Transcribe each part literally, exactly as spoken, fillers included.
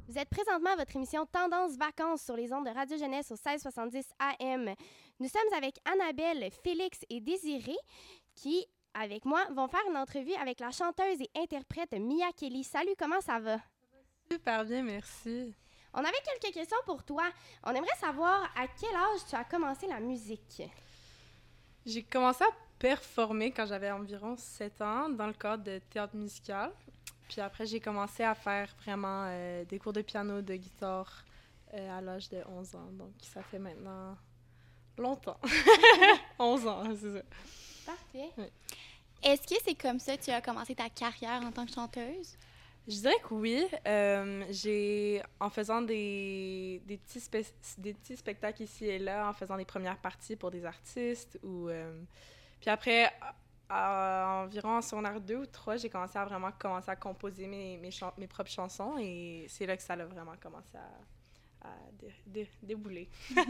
Vous êtes présentement à votre émission Tendance Vacances sur les ondes de Radio Jeunesse au seize soixante-dix A M. Nous sommes avec Annabelle, Félix et Désirée qui, avec moi, vont faire une entrevue avec la chanteuse et interprète Mia Kelly. Salut, comment ça va? Super bien, merci. On avait quelques questions pour toi. On aimerait savoir à quel âge tu as commencé la musique. J'ai commencé à performer quand j'avais environ sept ans dans le cadre de théâtre musical. Puis après, j'ai commencé à faire vraiment euh, des cours de piano, de guitare euh, à l'âge de onze ans. Donc, ça fait maintenant longtemps. onze ans, c'est ça. Parfait. Oui. Est-ce que c'est comme ça que tu as commencé ta carrière en tant que chanteuse? Je dirais que oui. Euh, j'ai, en faisant des, des, petits spe- des petits spectacles ici et là, en faisant des premières parties pour des artistes. Ou, euh, puis après, à, à environ en secondaire deux ou trois, j'ai commencé à vraiment commencer à composer mes, mes, chan- mes propres chansons. Et c'est là que ça a vraiment commencé à, à dé- dé- débouler.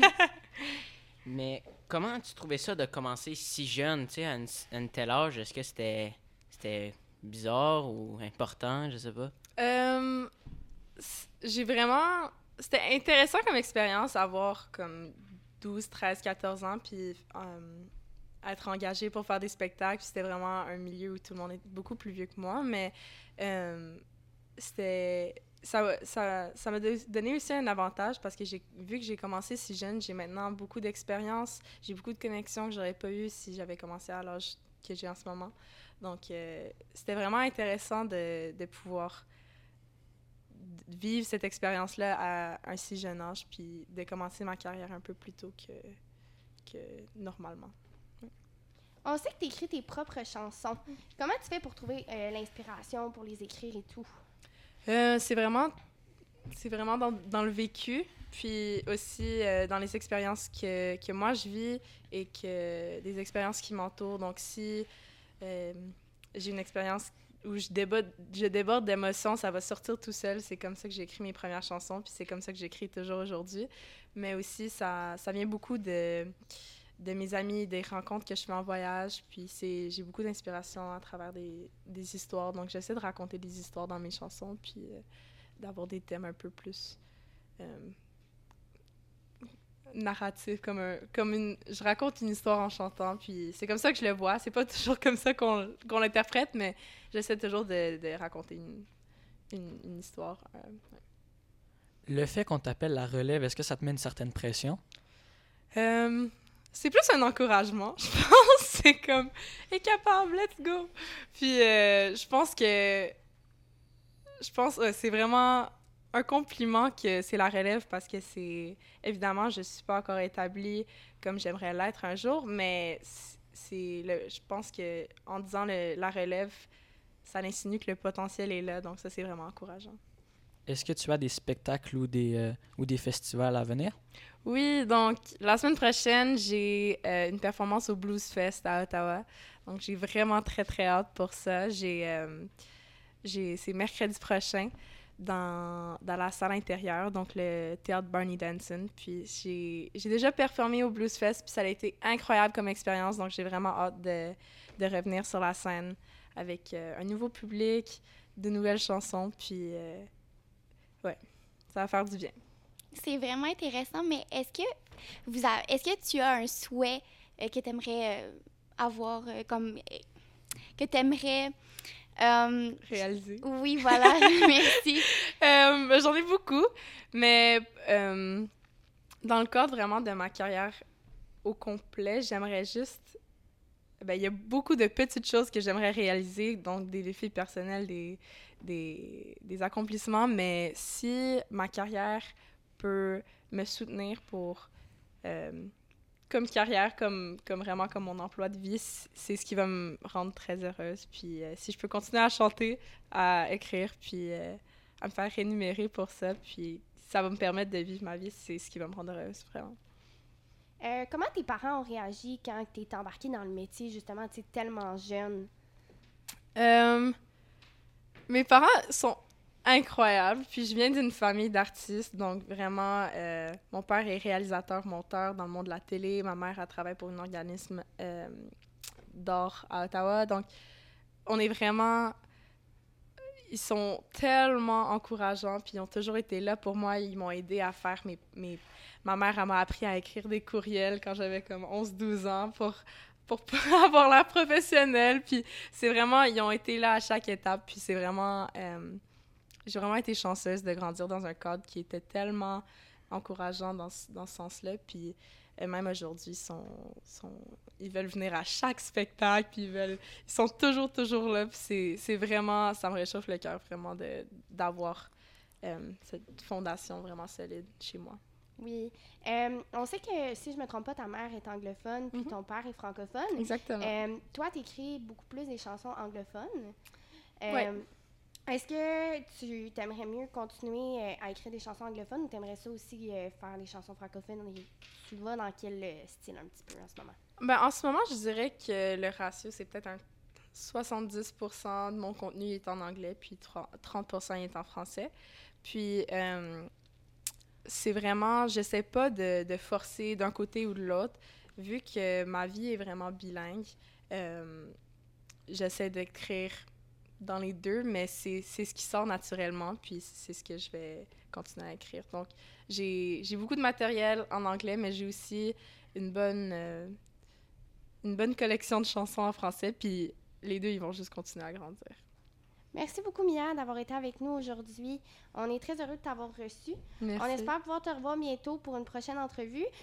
Mais comment tu trouvais ça de commencer si jeune, tu sais, à, une- à un tel âge? Est-ce que c'était c'était bizarre ou important, je sais pas? Euh, c- j'ai vraiment... C'était intéressant comme expérience, avoir comme douze, treize, quatorze ans, puis euh, être engagée pour faire des spectacles. Puis c'était vraiment un milieu où tout le monde est beaucoup plus vieux que moi, mais euh, c'était... Ça, ça, ça m'a do- donné aussi un avantage parce que j'ai vu que j'ai commencé si jeune, j'ai maintenant beaucoup d'expérience, j'ai beaucoup de connexions que j'aurais pas eues si j'avais commencé à l'âge que j'ai en ce moment. Donc, euh, c'était vraiment intéressant de, de pouvoir d- vivre cette expérience-là à un si jeune âge, puis de commencer ma carrière un peu plus tôt que, que normalement. On sait que tu écris tes propres chansons. Comment tu fais pour trouver euh, l'inspiration, pour les écrire et tout? Euh, c'est vraiment, c'est vraiment dans, dans le vécu, puis aussi euh, dans les expériences que, que moi je vis et que des expériences qui m'entourent. Donc, si euh, j'ai une expérience où je déborde, je déborde d'émotions, ça va sortir tout seul. C'est comme ça que j'ai écrit mes premières chansons, puis c'est comme ça que j'écris toujours aujourd'hui. Mais aussi, ça, ça vient beaucoup de, de mes amis, des rencontres que je fais en voyage, puis c'est, j'ai beaucoup d'inspiration à travers des, des histoires. Donc, j'essaie de raconter des histoires dans mes chansons, puis euh, d'avoir des thèmes un peu plus euh, narratifs, comme, un, comme une... Je raconte une histoire en chantant, puis c'est comme ça que je le vois. C'est pas toujours comme ça qu'on, qu'on l'interprète, mais j'essaie toujours de, de raconter une, une, une histoire. Euh, ouais. Le fait qu'on t'appelle la relève, est-ce que ça te met une certaine pression? Euh, c'est plus un encouragement, je pense. C'est comme, est capable, let's go. Puis euh, je pense que, je pense que c'est vraiment un compliment que c'est la relève parce que c'est, évidemment, je suis pas encore établie comme j'aimerais l'être un jour, mais c'est, le, je pense que en disant le, la relève, ça insinue que le potentiel est là, donc ça, c'est vraiment encourageant. Est-ce que tu as des spectacles ou des, euh, ou des festivals à venir? Oui, donc la semaine prochaine, j'ai euh, une performance au Blues Fest à Ottawa. Donc j'ai vraiment très très hâte pour ça. J'ai, euh, j'ai c'est mercredi prochain dans, dans la salle intérieure, donc le théâtre Barney Danson. Puis j'ai, j'ai déjà performé au Blues Fest, puis ça a été incroyable comme expérience. Donc j'ai vraiment hâte de, de revenir sur la scène avec euh, un nouveau public, de nouvelles chansons, puis euh, ouais, ça va faire du bien. C'est vraiment intéressant, mais est-ce que vous a- est-ce que tu as un souhait euh, que tu aimerais avoir euh, comme euh, que tu aimerais Réaliser. Oui, voilà, merci. Euh, ben, j'en ai beaucoup, mais euh, dans le cadre vraiment de ma carrière au complet, j'aimerais juste... Ben, il y a beaucoup de petites choses que j'aimerais réaliser, donc des défis personnels, des, des, des accomplissements, mais si ma carrière peut me soutenir pour... Euh, comme carrière, comme, comme vraiment comme mon emploi de vie, c'est ce qui va me rendre très heureuse. Puis euh, si je peux continuer à chanter, à écrire, puis euh, à me faire rémunérer pour ça, puis ça va me permettre de vivre ma vie, c'est ce qui va me rendre heureuse, vraiment. Euh, comment tes parents ont réagi quand tu es embarquée dans le métier, justement, tu es tellement jeune? Euh, mes parents sont incroyables. Puis je viens d'une famille d'artistes, donc vraiment, euh, mon père est réalisateur, monteur dans le monde de la télé. Ma mère, elle travaille pour un organisme euh, d'art à Ottawa. Donc, on est vraiment... ils sont tellement encourageants, puis ils ont toujours été là pour moi. Ils m'ont aidé à faire mes... mes... Ma mère, elle m'a appris à écrire des courriels quand j'avais comme onze douze ans pour, pour, pour avoir l'air professionnelle. Puis c'est vraiment... Ils ont été là à chaque étape, puis c'est vraiment... Euh, j'ai vraiment été chanceuse de grandir dans un cadre qui était tellement encourageant dans, dans ce sens-là. Puis euh, même aujourd'hui, ils, sont, sont, ils veulent venir à chaque spectacle, puis ils, veulent, ils sont toujours, toujours là. Puis c'est, c'est vraiment... Ça me réchauffe le cœur, vraiment, de, d'avoir euh, cette fondation vraiment solide chez moi. Oui. Euh, on sait que, si je me trompe pas, ta mère est anglophone, puis mm-hmm. ton père est francophone. Exactement. Euh, toi, tu écris beaucoup plus des chansons anglophones. Euh, oui. Est-ce que tu t'aimerais mieux continuer euh, à écrire des chansons anglophones ou t'aimerais ça aussi euh, faire des chansons francophones? Et tu vas dans quel euh, style un petit peu en ce moment? Ben, en ce moment, je dirais que le ratio, c'est peut-être un soixante-dix pour cent de mon contenu est en anglais, puis trente pour cent est en français. Puis... Euh, c'est vraiment, j'essaie pas de, de forcer d'un côté ou de l'autre. Vu que ma vie est vraiment bilingue, euh, j'essaie d'écrire dans les deux, mais c'est, c'est ce qui sort naturellement, puis c'est ce que je vais continuer à écrire. Donc, j'ai, j'ai beaucoup de matériel en anglais, mais j'ai aussi une bonne, euh, une bonne collection de chansons en français, puis les deux, ils vont juste continuer à grandir. Merci beaucoup, Mia, d'avoir été avec nous aujourd'hui. On est très heureux de t'avoir reçu. Merci. On espère pouvoir te revoir bientôt pour une prochaine entrevue.